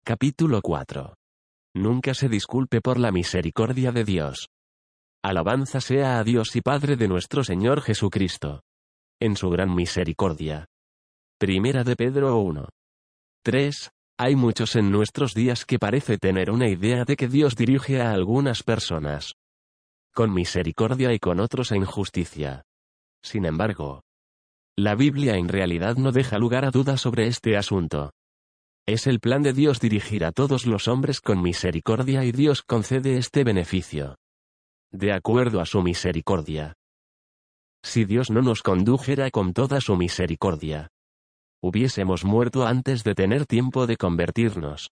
Capítulo 4. Nunca se disculpe por la misericordia de Dios. Alabanza sea a Dios y Padre de nuestro Señor Jesucristo. En su gran misericordia. Primera de Pedro 1. 3. Hay muchos en nuestros días que parece tener una idea de que Dios dirige a algunas personas con misericordia y con otros en justicia. Sin embargo, la Biblia en realidad no deja lugar a dudas sobre este asunto. Es el plan de Dios dirigir a todos los hombres con misericordia y Dios concede este beneficio de acuerdo a su misericordia. Si Dios no nos condujera con toda su misericordia, hubiésemos muerto antes de tener tiempo de convertirnos.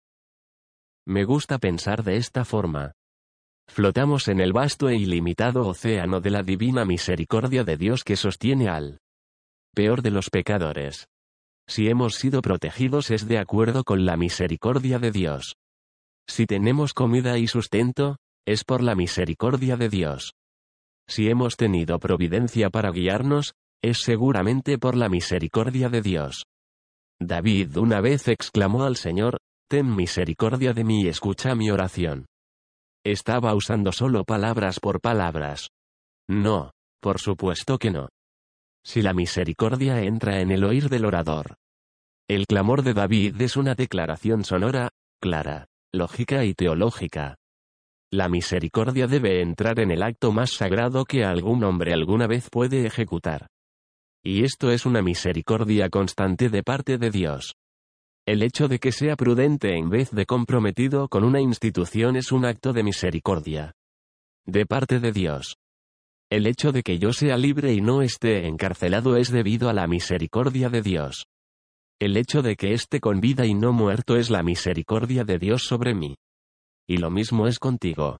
Me gusta pensar de esta forma. Flotamos en el vasto e ilimitado océano de la divina misericordia de Dios que sostiene al peor de los pecadores. Si hemos sido protegidos es de acuerdo con la misericordia de Dios. Si tenemos comida y sustento, es por la misericordia de Dios. Si hemos tenido providencia para guiarnos, es seguramente por la misericordia de Dios. David una vez exclamó al Señor, «Ten misericordia de mí y escucha mi oración». Estaba usando solo palabras por palabras. No, por supuesto que no. Si la misericordia entra en el oír del orador. El clamor de David es una declaración sonora, clara, lógica y teológica. La misericordia debe entrar en el acto más sagrado que algún hombre alguna vez puede ejecutar. Y esto es una misericordia constante de parte de Dios. El hecho de que sea prudente en vez de comprometido con una institución es un acto de misericordia de parte de Dios. El hecho de que yo sea libre y no esté encarcelado es debido a la misericordia de Dios. El hecho de que esté con vida y no muerto es la misericordia de Dios sobre mí. Y lo mismo es contigo.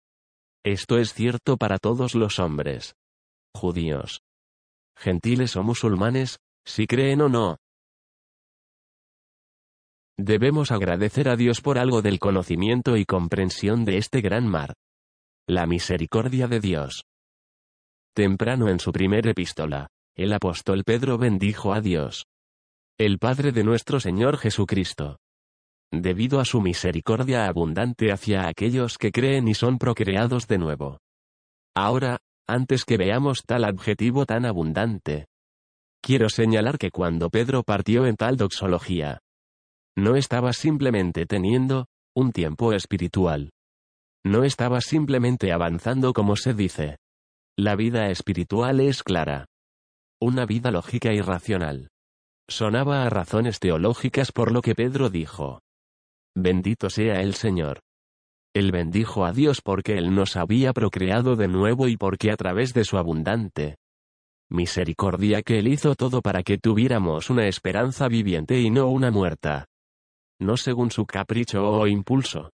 Esto es cierto para todos los hombres. Judíos, gentiles o musulmanes, si creen o no. Debemos agradecer a Dios por algo del conocimiento y comprensión de este gran mar. La misericordia de Dios. Temprano en su primera epístola, el apóstol Pedro bendijo a Dios, el Padre de nuestro Señor Jesucristo, debido a su misericordia abundante hacia aquellos que creen y son procreados de nuevo. Ahora, antes que veamos tal adjetivo tan abundante, quiero señalar que cuando Pedro partió en tal doxología, no estaba simplemente teniendo un tiempo espiritual. No estaba simplemente avanzando como se dice. La vida espiritual es clara. Una vida lógica y racional. Sonaba a razones teológicas por lo que Pedro dijo. Bendito sea el Señor. Él bendijo a Dios porque Él nos había procreado de nuevo y porque a través de su abundante misericordia que Él hizo todo para que tuviéramos una esperanza viviente y no una muerta. No según su capricho o impulso.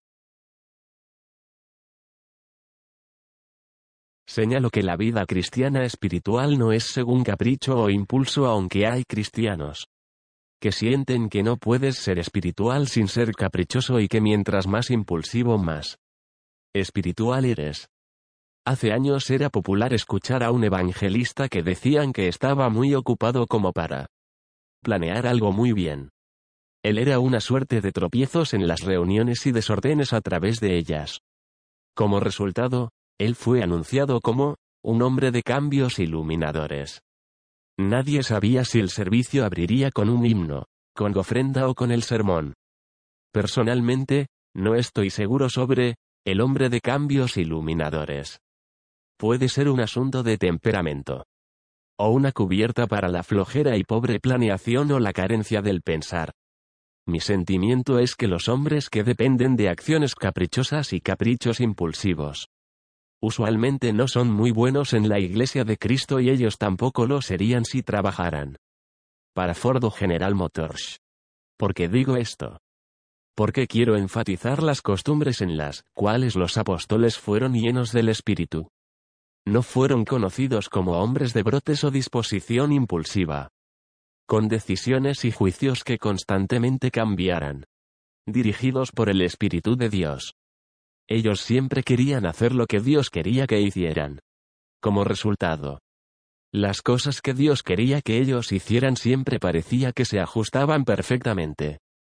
Señalo que la vida cristiana espiritual no es según capricho o impulso, aunque hay cristianos que sienten que no puedes ser espiritual sin ser caprichoso y que mientras más impulsivo más espiritual eres. Hace años era popular escuchar a un evangelista que decían que estaba muy ocupado como para planear algo muy bien. Él era una suerte de tropiezos en las reuniones y desórdenes a través de ellas. Como resultado, él fue anunciado como un hombre de cambios iluminadores. Nadie sabía si el servicio abriría con un himno, con ofrenda o con el sermón. Personalmente, no estoy seguro sobre el hombre de cambios iluminadores. Puede ser un asunto de temperamento. O una cubierta para la flojera y pobre planeación o la carencia del pensar. Mi sentimiento es que los hombres que dependen de acciones caprichosas y caprichos impulsivos usualmente no son muy buenos en la Iglesia de Cristo y ellos tampoco lo serían si trabajaran para Ford o General Motors. ¿Por qué digo esto? Porque quiero enfatizar las costumbres en las cuales los apóstoles fueron llenos del Espíritu. No fueron conocidos como hombres de brotes o disposición impulsiva, con decisiones y juicios que constantemente cambiaran, dirigidos por el Espíritu de Dios. Ellos siempre querían hacer lo que Dios quería que hicieran. Como resultado, las cosas que Dios quería que ellos hicieran siempre parecía que se ajustaban perfectamente.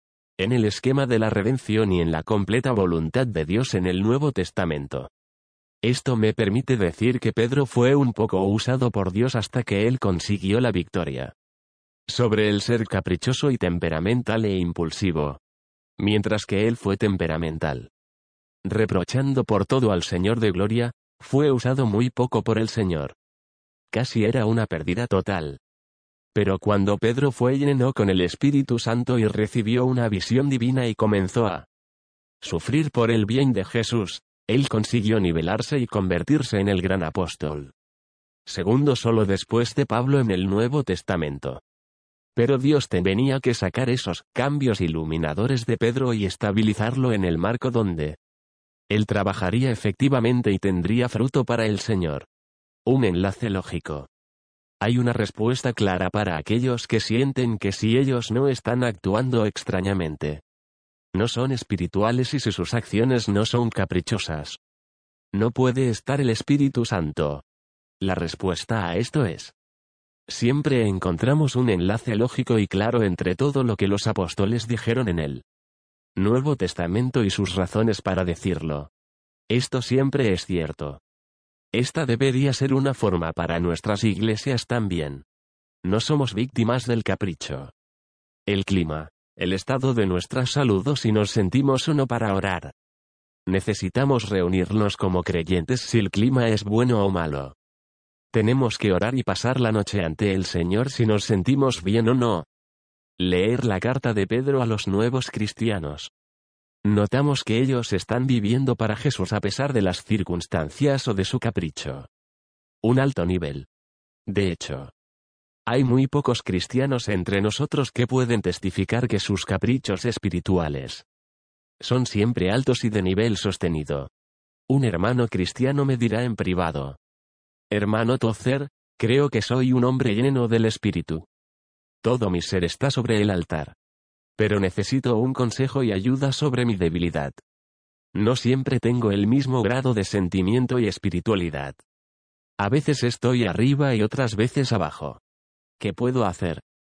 en el esquema de la redención y en la completa voluntad de Dios en el Nuevo Testamento. Esto me permite decir que Pedro fue un poco usado por Dios hasta que él consiguió la victoria sobre el ser caprichoso y temperamental e impulsivo, mientras que él fue temperamental. Reprochando por todo al Señor de gloria, fue usado muy poco por el Señor. Casi era una pérdida total. Pero cuando Pedro fue lleno con el Espíritu Santo y recibió una visión divina y comenzó a sufrir por el bien de Jesús, él consiguió nivelarse y convertirse en el gran apóstol. Segundo solo después de Pablo en el Nuevo Testamento. Pero Dios tenía que sacar esos cambios iluminadores de Pedro y estabilizarlo en el marco donde él trabajaría efectivamente y tendría fruto para el Señor. Un enlace lógico. Hay una respuesta clara para aquellos que sienten que si ellos no están actuando extrañamente, no son espirituales y si sus acciones no son caprichosas, no puede estar el Espíritu Santo. La respuesta a esto es: siempre encontramos un enlace lógico y claro entre todo lo que los apóstoles dijeron en el Nuevo Testamento y sus razones para decirlo. Esto siempre es cierto. Esta debería ser una forma para nuestras iglesias también. No somos víctimas del capricho. El clima, el estado de nuestra salud o si nos sentimos o no para orar. Necesitamos reunirnos como creyentes si el clima es bueno o malo. Tenemos que orar y pasar la noche ante el Señor si nos sentimos bien o no. Leer la carta de Pedro a los nuevos cristianos. Notamos que ellos están viviendo para Jesús a pesar de las circunstancias o de su capricho. Un alto nivel. De hecho, hay muy pocos cristianos entre nosotros que pueden testificar que sus caprichos espirituales son siempre altos y de nivel sostenido. Un hermano cristiano me dirá en privado: hermano Tozer, creo que soy un hombre lleno del Espíritu. Todo mi ser está sobre el altar. Pero necesito un consejo y ayuda sobre mi debilidad. No siempre tengo el mismo grado de sentimiento y espiritualidad. A veces estoy arriba y otras veces abajo. ¿Qué puedo hacer?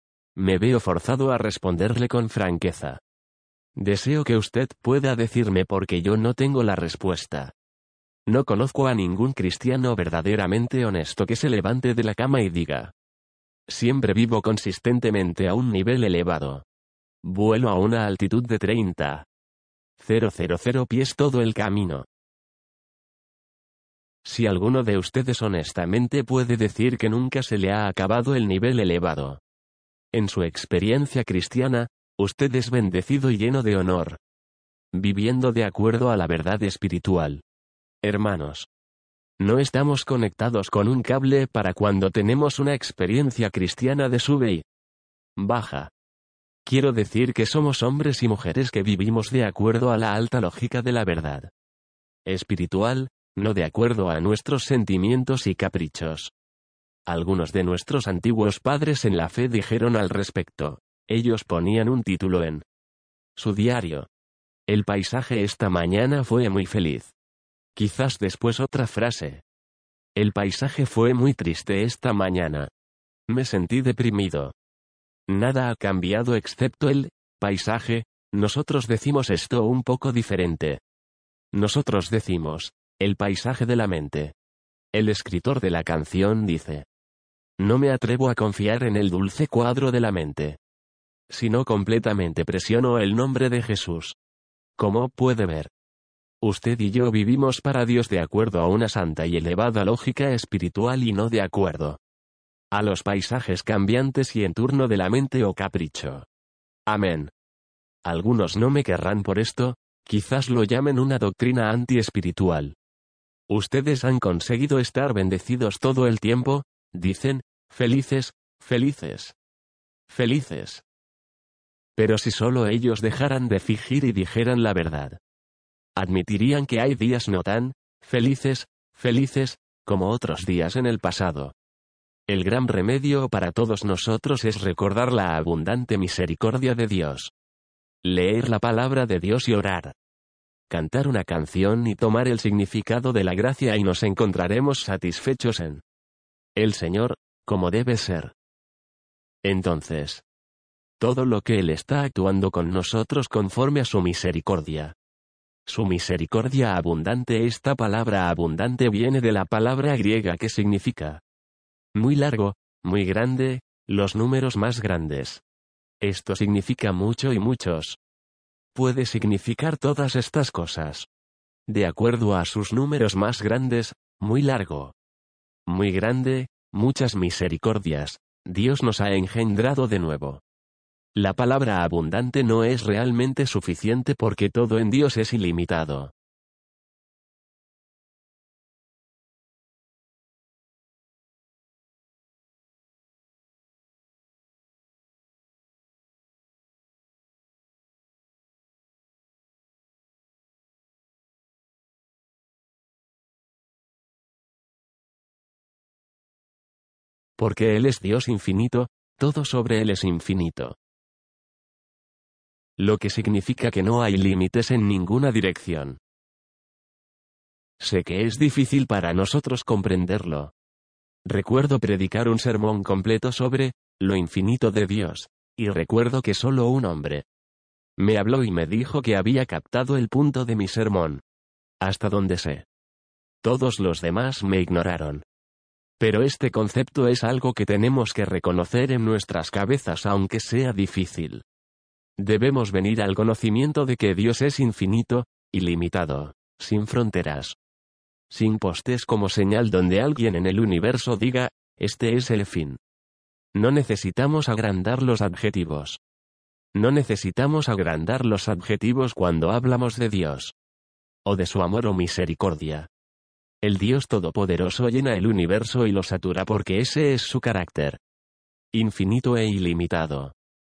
Me veo forzado a responderle con franqueza. Deseo que usted pueda decirme porque yo no tengo la respuesta. No conozco a ningún cristiano verdaderamente honesto que se levante de la cama y diga: siempre vivo consistentemente a un nivel elevado. Vuelo a una altitud de 30,000 pies todo el camino. Si alguno de ustedes honestamente puede decir que nunca se le ha acabado el nivel elevado en su experiencia cristiana, usted es bendecido y lleno de honor, viviendo de acuerdo a la verdad espiritual. Hermanos, no estamos conectados con un cable para cuando tenemos una experiencia cristiana de sube y baja. Quiero decir que somos hombres y mujeres que vivimos de acuerdo a la alta lógica de la verdad espiritual, no de acuerdo a nuestros sentimientos y caprichos. Algunos de nuestros antiguos padres en la fe dijeron al respecto. Ellos ponían un título en su diario: el paisaje esta mañana fue muy feliz. Quizás después otra frase: el paisaje fue muy triste esta mañana. Me sentí deprimido. Nada ha cambiado excepto el paisaje. Nosotros decimos esto un poco diferente. Nosotros decimos el paisaje de la mente. El escritor de la canción dice: no me atrevo a confiar en el dulce cuadro de la mente, sino completamente presiono el nombre de Jesús. Como puede ver, usted y yo vivimos para Dios de acuerdo a una santa y elevada lógica espiritual y no de acuerdo a los paisajes cambiantes y en turno de la mente o capricho. Amén. Algunos no me querrán por esto, quizás lo llamen una doctrina anti-espiritual. Ustedes han conseguido estar bendecidos todo el tiempo, dicen, felices, felices, felices. Pero si solo ellos dejaran de fingir y dijeran la verdad, admitirían que hay días no tan felices, felices, como otros días en el pasado. El gran remedio para todos nosotros es recordar la abundante misericordia de Dios. Leer la palabra de Dios y orar. Cantar una canción y tomar el significado de la gracia y nos encontraremos satisfechos en el Señor, como debe ser. Entonces, todo lo que Él está actuando con nosotros conforme a su misericordia. Su misericordia abundante. Esta palabra abundante viene de la palabra griega que significa muy largo, muy grande, los números más grandes. Esto significa mucho y muchos. Puede significar todas estas cosas. De acuerdo a sus números más grandes, muy largo, muy grande, muchas misericordias, Dios nos ha engendrado de nuevo. La palabra abundante no es realmente suficiente porque todo en Dios es ilimitado. Porque Él es Dios infinito, todo sobre Él es infinito. Lo que significa que no hay límites en ninguna dirección. Sé que es difícil para nosotros comprenderlo. Recuerdo predicar un sermón completo sobre lo infinito de Dios, y recuerdo que solo un hombre me habló y me dijo que había captado el punto de mi sermón. Hasta donde sé. Todos los demás me ignoraron. Pero este concepto es algo que tenemos que reconocer en nuestras cabezas aunque sea difícil. Debemos venir al conocimiento de que Dios es infinito, ilimitado, sin fronteras. Sin postes como señal donde alguien en el universo diga, este es el fin. No necesitamos agrandar los adjetivos. No necesitamos agrandar los adjetivos cuando hablamos de Dios. O de su amor o misericordia. El Dios Todopoderoso llena el universo y lo satura porque ese es su carácter. Infinito e ilimitado.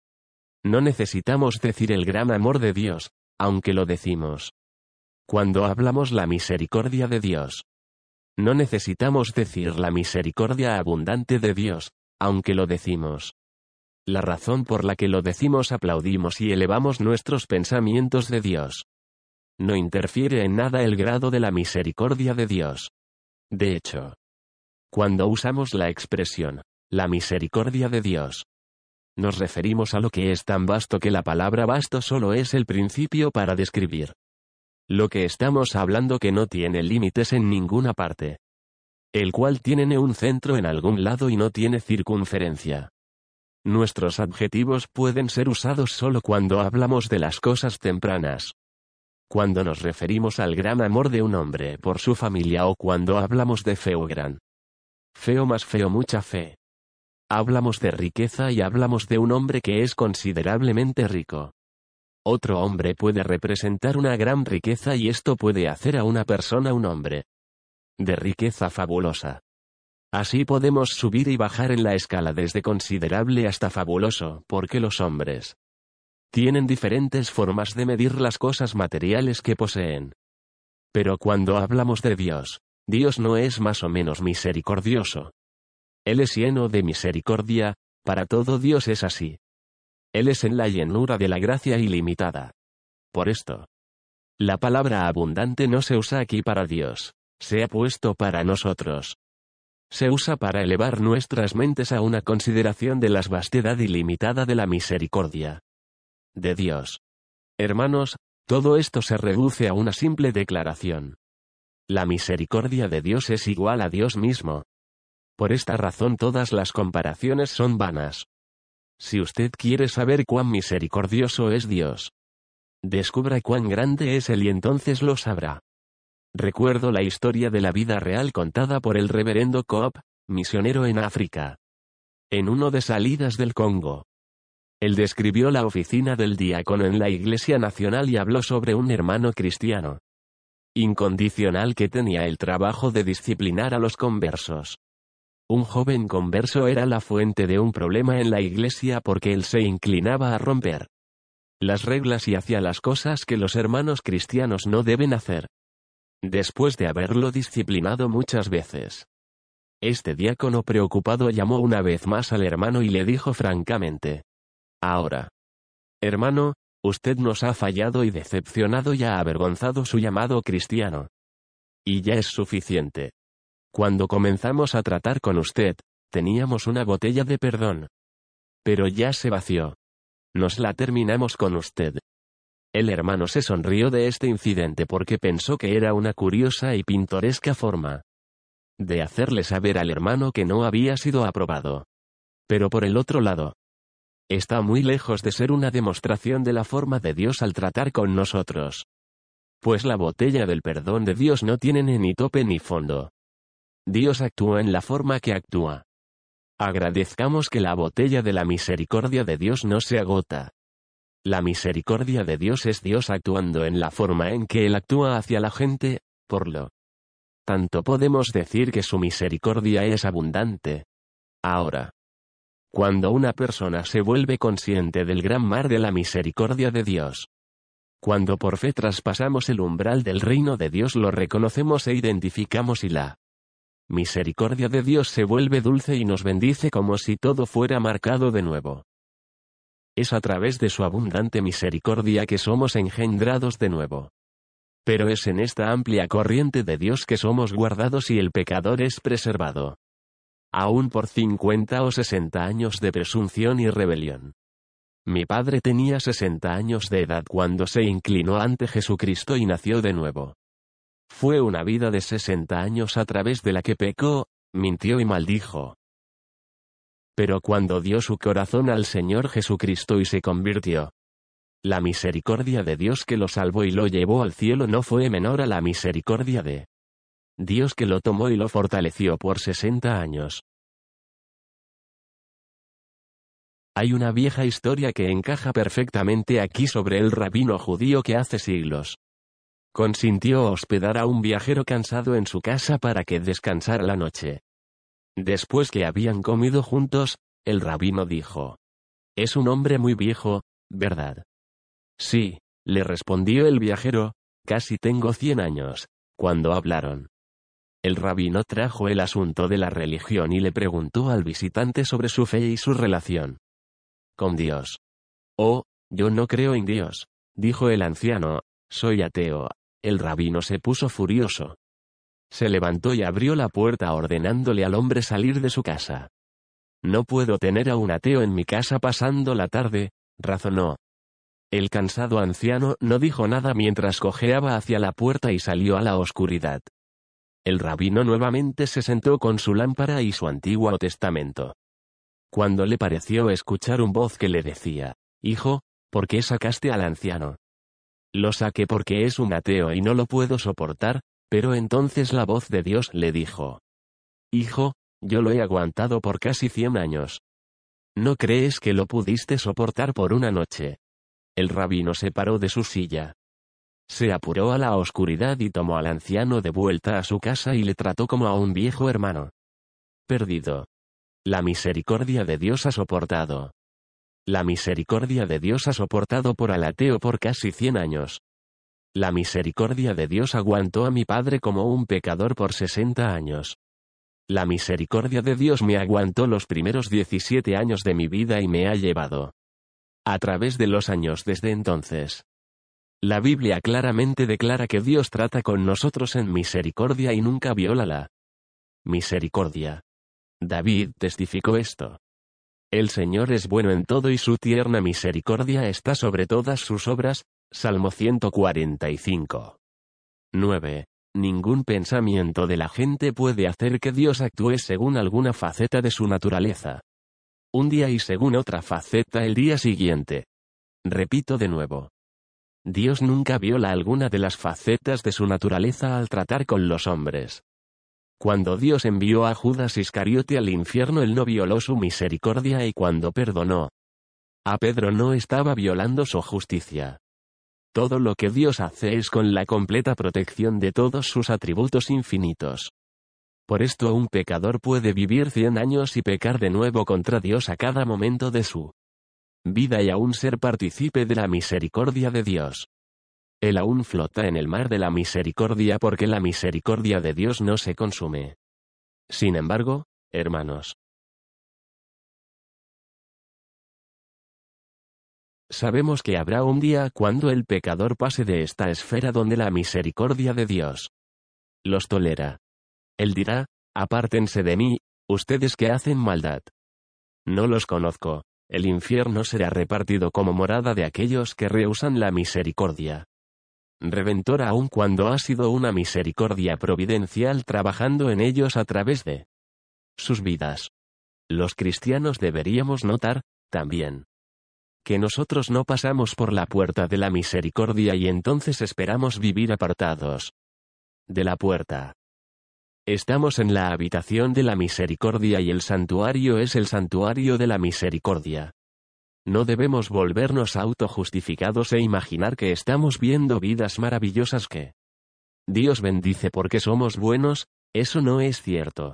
No necesitamos decir el gran amor de Dios, aunque lo decimos. Cuando hablamos la misericordia de Dios. No necesitamos decir la misericordia abundante de Dios, aunque lo decimos. La razón por la que lo decimos aplaudimos y elevamos nuestros pensamientos de Dios. No interfiere en nada el grado de la misericordia de Dios. De hecho, cuando usamos la expresión, la misericordia de Dios, nos referimos a lo que es tan vasto que la palabra vasto solo es el principio para describir lo que estamos hablando que no tiene límites en ninguna parte. El cual tiene un centro en algún lado y no tiene circunferencia. Nuestros adjetivos pueden ser usados solo cuando hablamos de las cosas tempranas. Cuando nos referimos al gran amor de un hombre por su familia o cuando hablamos de feo gran. Feo más feo mucha fe. Hablamos de riqueza y hablamos de un hombre que es considerablemente rico. Otro hombre puede representar una gran riqueza y esto puede hacer a una persona un hombre de riqueza fabulosa. Así podemos subir y bajar en la escala desde considerable hasta fabuloso, porque los hombres tienen diferentes formas de medir las cosas materiales que poseen. Pero cuando hablamos de Dios, Dios no es más o menos misericordioso. Él es lleno de misericordia, para todo Dios es así. Él es en la llenura de la gracia ilimitada. Por esto, la palabra abundante no se usa aquí para Dios, se ha puesto para nosotros. Se usa para elevar nuestras mentes a una consideración de la vastedad ilimitada de la misericordia de Dios. Hermanos, todo esto se reduce a una simple declaración. La misericordia de Dios es igual a Dios mismo. Por esta razón todas las comparaciones son vanas. Si usted quiere saber cuán misericordioso es Dios, descubra cuán grande es Él y entonces lo sabrá. Recuerdo la historia de la vida real contada por el reverendo Cobb, misionero en África. En uno de salidas del Congo. Él describió la oficina del diácono en la Iglesia Nacional y habló sobre un hermano cristiano incondicional que tenía el trabajo de disciplinar a los conversos. Un joven converso era la fuente de un problema en la iglesia porque él se inclinaba a romper las reglas y hacía las cosas que los hermanos cristianos no deben hacer. Después de haberlo disciplinado muchas veces, este diácono preocupado llamó una vez más al hermano y le dijo francamente: Ahora, hermano, usted nos ha fallado y decepcionado y ha avergonzado su llamado cristiano. Y ya es suficiente. Cuando comenzamos a tratar con usted, teníamos una botella de perdón. Pero ya se vació. Nos la terminamos con usted. El hermano se sonrió de este incidente porque pensó que era una curiosa y pintoresca forma de hacerle saber al hermano que no había sido aprobado. Pero por el otro lado, está muy lejos de ser una demostración de la forma de Dios al tratar con nosotros. Pues la botella del perdón de Dios no tiene ni tope ni fondo. Dios actúa en la forma que actúa. Agradezcamos que la botella de la misericordia de Dios no se agota. La misericordia de Dios es Dios actuando en la forma en que Él actúa hacia la gente, por lo tanto podemos decir que su misericordia es abundante. Ahora, cuando una persona se vuelve consciente del gran mar de la misericordia de Dios, cuando por fe traspasamos el umbral del reino de Dios, lo reconocemos e identificamos y la misericordia de Dios se vuelve dulce y nos bendice como si todo fuera marcado de nuevo. Es a través de su abundante misericordia que somos engendrados de nuevo. Pero es en esta amplia corriente de Dios que somos guardados y el pecador es preservado. Aún por 50 o 60 años de presunción y rebelión. Mi padre tenía 60 años de edad cuando se inclinó ante Jesucristo y nació de nuevo. Fue una vida de 60 años a través de la que pecó, mintió y maldijo. Pero cuando dio su corazón al Señor Jesucristo y se convirtió, la misericordia de Dios que lo salvó y lo llevó al cielo no fue menor a la misericordia de Dios que lo tomó y lo fortaleció por 60 años. Hay una vieja historia que encaja perfectamente aquí sobre el rabino judío que hace siglos consintió hospedar a un viajero cansado en su casa para que descansara la noche. Después que habían comido juntos, el rabino dijo: «Es un hombre muy viejo, ¿verdad?» «Sí», le respondió el viajero, «casi tengo 100 años». Cuando hablaron, el rabino trajo el asunto de la religión y le preguntó al visitante sobre su fe y su relación con Dios. «Oh, yo no creo en Dios», dijo el anciano, «soy ateo». El rabino se puso furioso. Se levantó y abrió la puerta ordenándole al hombre salir de su casa. «No puedo tener a un ateo en mi casa pasando la tarde», razonó. El cansado anciano no dijo nada mientras cojeaba hacia la puerta y salió a la oscuridad. El rabino nuevamente se sentó con su lámpara y su Antiguo Testamento. Cuando le pareció escuchar una voz que le decía: «Hijo, ¿por qué sacaste al anciano?» «Lo saqué porque es un ateo y no lo puedo soportar», pero entonces la voz de Dios le dijo: «Hijo, yo lo he aguantado por casi 100 años. ¿No crees que lo pudiste soportar por una noche?» El rabino se paró de su silla. Se apuró a la oscuridad y tomó al anciano de vuelta a su casa y le trató como a un viejo hermano perdido. La misericordia de Dios ha soportado. La misericordia de Dios ha soportado por al ateo por casi 100 años. La misericordia de Dios aguantó a mi padre como un pecador por 60 años. La misericordia de Dios me aguantó los primeros 17 años de mi vida y me ha llevado a través de los años desde entonces. La Biblia claramente declara que Dios trata con nosotros en misericordia y nunca viola la misericordia. David testificó esto. «El Señor es bueno en todo y su tierna misericordia está sobre todas sus obras», Salmo 145. 9. Ningún pensamiento de la gente puede hacer que Dios actúe según alguna faceta de su naturaleza. Un día y según otra faceta el día siguiente. Repito de nuevo. Dios nunca viola alguna de las facetas de su naturaleza al tratar con los hombres. Cuando Dios envió a Judas Iscariote al infierno, él no violó su misericordia, y cuando perdonó a Pedro no estaba violando su justicia. Todo lo que Dios hace es con la completa protección de todos sus atributos infinitos. Por esto un pecador puede vivir 100 años y pecar de nuevo contra Dios a cada momento de su vida y aún ser partícipe de la misericordia de Dios. Él aún flota en el mar de la misericordia porque la misericordia de Dios no se consume. Sin embargo, hermanos, sabemos que habrá un día cuando el pecador pase de esta esfera donde la misericordia de Dios los tolera. Él dirá: «Apártense de mí, ustedes que hacen maldad. No los conozco». El infierno será repartido como morada de aquellos que rehúsan la misericordia redentora, aun cuando ha sido una misericordia providencial trabajando en ellos a través de sus vidas. Los cristianos deberíamos notar, también, que nosotros no pasamos por la puerta de la misericordia y entonces esperamos vivir apartados de la puerta. Estamos en la habitación de la misericordia y el santuario es el santuario de la misericordia. No debemos volvernos autojustificados e imaginar que estamos viendo vidas maravillosas que Dios bendice porque somos buenos. Eso no es cierto.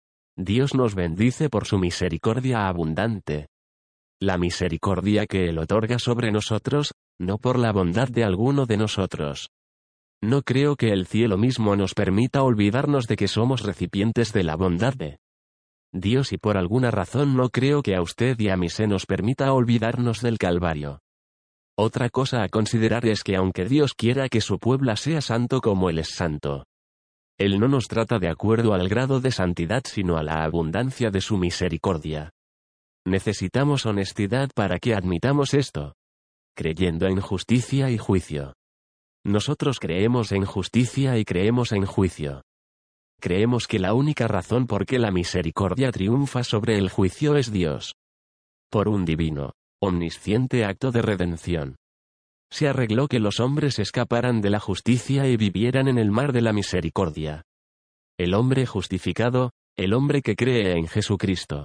Dios nos bendice por su misericordia abundante. La misericordia que Él otorga sobre nosotros, no por la bondad de alguno de nosotros. No creo que el cielo mismo nos permita olvidarnos de que somos recipientes de la bondad de Dios y por alguna razón no creo que a usted y a mí se nos permita olvidarnos del Calvario. Otra cosa a considerar es que aunque Dios quiera que su pueblo sea santo como Él es santo, Él no nos trata de acuerdo al grado de santidad sino a la abundancia de su misericordia. Necesitamos honestidad para que admitamos esto. Creyendo en justicia y juicio. Nosotros creemos en justicia y creemos en juicio. Creemos que la única razón por qué la misericordia triunfa sobre el juicio es Dios. Por un divino, omnisciente acto de redención. Se arregló que los hombres escaparan de la justicia y vivieran en el mar de la misericordia. El hombre justificado, el hombre que cree en Jesucristo.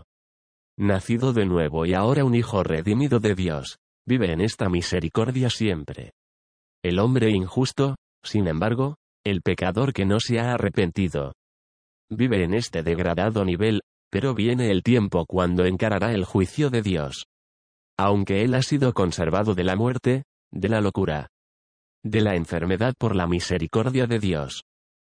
Nacido de nuevo y ahora un hijo redimido de Dios, vive en esta misericordia siempre. El hombre injusto, sin embargo, el pecador que no se ha arrepentido, vive en este degradado nivel, pero viene el tiempo cuando encarará el juicio de Dios. Aunque él ha sido conservado de la muerte, de la locura, de la enfermedad por la misericordia de Dios.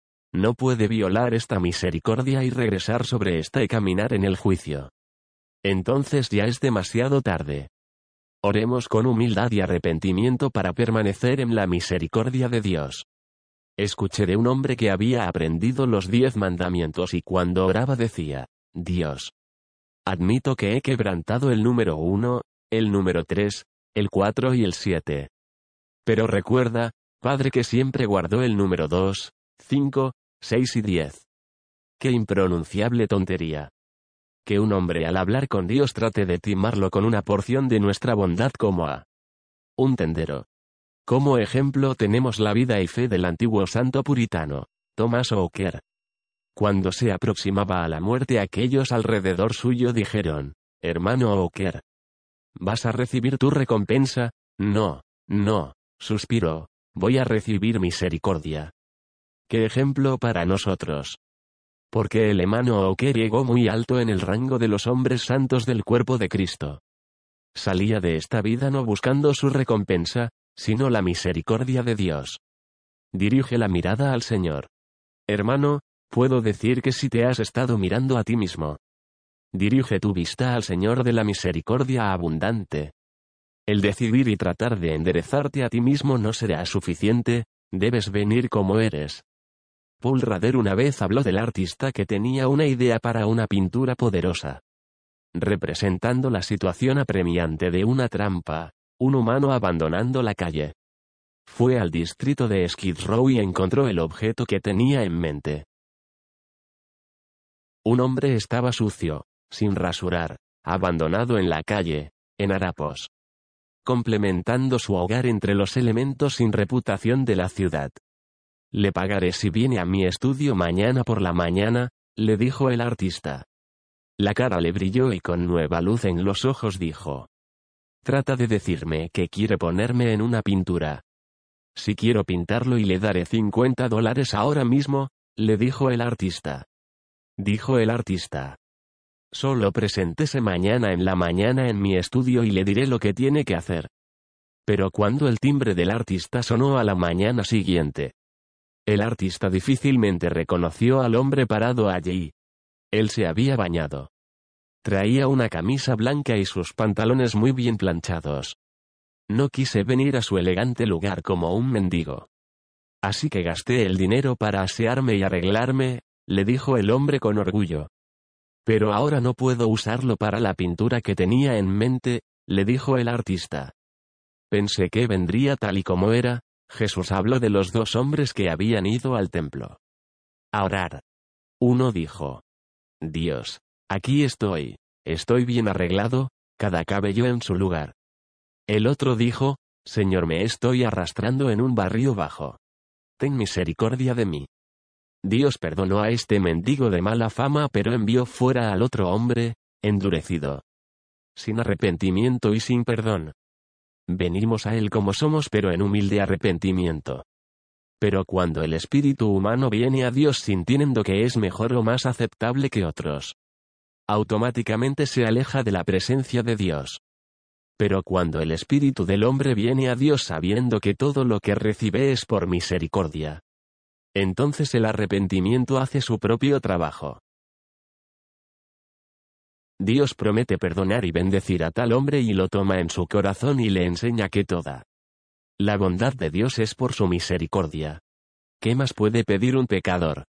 No puede violar esta misericordia y regresar sobre esta y caminar en el juicio. Entonces ya es demasiado tarde. Oremos con humildad y arrepentimiento para permanecer en la misericordia de Dios. Escuché de un hombre que había aprendido los 10 mandamientos y cuando oraba decía, Dios, admito que he quebrantado el número 1, el número 3, el 4 y el 7. Pero recuerda, Padre, que siempre guardó el número 2, 5, 6 y 10. ¡Qué impronunciable tontería! Que un hombre al hablar con Dios trate de timarlo con una porción de nuestra bondad como a un tendero. Como ejemplo tenemos la vida y fe del antiguo santo puritano, Thomas Hooker. Cuando se aproximaba a la muerte aquellos alrededor suyo dijeron, hermano Hooker, ¿vas a recibir tu recompensa? No, no, suspiró, voy a recibir misericordia. ¿Qué ejemplo para nosotros? Porque el hermano Hooker llegó muy alto en el rango de los hombres santos del cuerpo de Cristo. Salía de esta vida no buscando su recompensa, sino la misericordia de Dios. Dirige la mirada al Señor. Hermano, puedo decir que si te has estado mirando a ti mismo, dirige tu vista al Señor de la misericordia abundante. El decidir y tratar de enderezarte a ti mismo no será suficiente, debes venir como eres. Paul Rader una vez habló del artista que tenía una idea para una pintura poderosa, representando la situación apremiante de una trampa, un humano abandonando la calle. Fue al distrito de Skid Row y encontró el objeto que tenía en mente. Un hombre estaba sucio, sin rasurar, abandonado en la calle, en harapos, complementando su hogar entre los elementos sin reputación de la ciudad. Le pagaré si viene a mi estudio mañana por la mañana, le dijo el artista. La cara le brilló y con nueva luz en los ojos dijo: trata de decirme que quiere ponerme en una pintura. Si quiero pintarlo y le daré $50 ahora mismo, le dijo el artista. Dijo el artista. Solo preséntese mañana en la mañana en mi estudio y le diré lo que tiene que hacer. Pero cuando el timbre del artista sonó a la mañana siguiente, el artista difícilmente reconoció al hombre parado allí. Él se había bañado. Traía una camisa blanca y sus pantalones muy bien planchados. No quise venir a su elegante lugar como un mendigo. Así que gasté el dinero para asearme y arreglarme, le dijo el hombre con orgullo. Pero ahora no puedo usarlo para la pintura que tenía en mente, le dijo el artista. Pensé que vendría tal y como era. Jesús habló de los dos hombres que habían ido al templo a orar. Uno dijo: Dios, aquí estoy bien arreglado, cada cabello en su lugar. El otro dijo: Señor, me estoy arrastrando en un barrio bajo. Ten misericordia de mí. Dios perdonó a este mendigo de mala fama, pero envió fuera al otro hombre, endurecido, sin arrepentimiento y sin perdón. Venimos a Él como somos, pero en humilde arrepentimiento. Pero cuando el espíritu humano viene a Dios sintiendo que es mejor o más aceptable que otros, automáticamente se aleja de la presencia de Dios. Pero cuando el espíritu del hombre viene a Dios sabiendo que todo lo que recibe es por misericordia, entonces el arrepentimiento hace su propio trabajo. Dios promete perdonar y bendecir a tal hombre y lo toma en su corazón y le enseña que toda la bondad de Dios es por su misericordia. ¿Qué más puede pedir un pecador?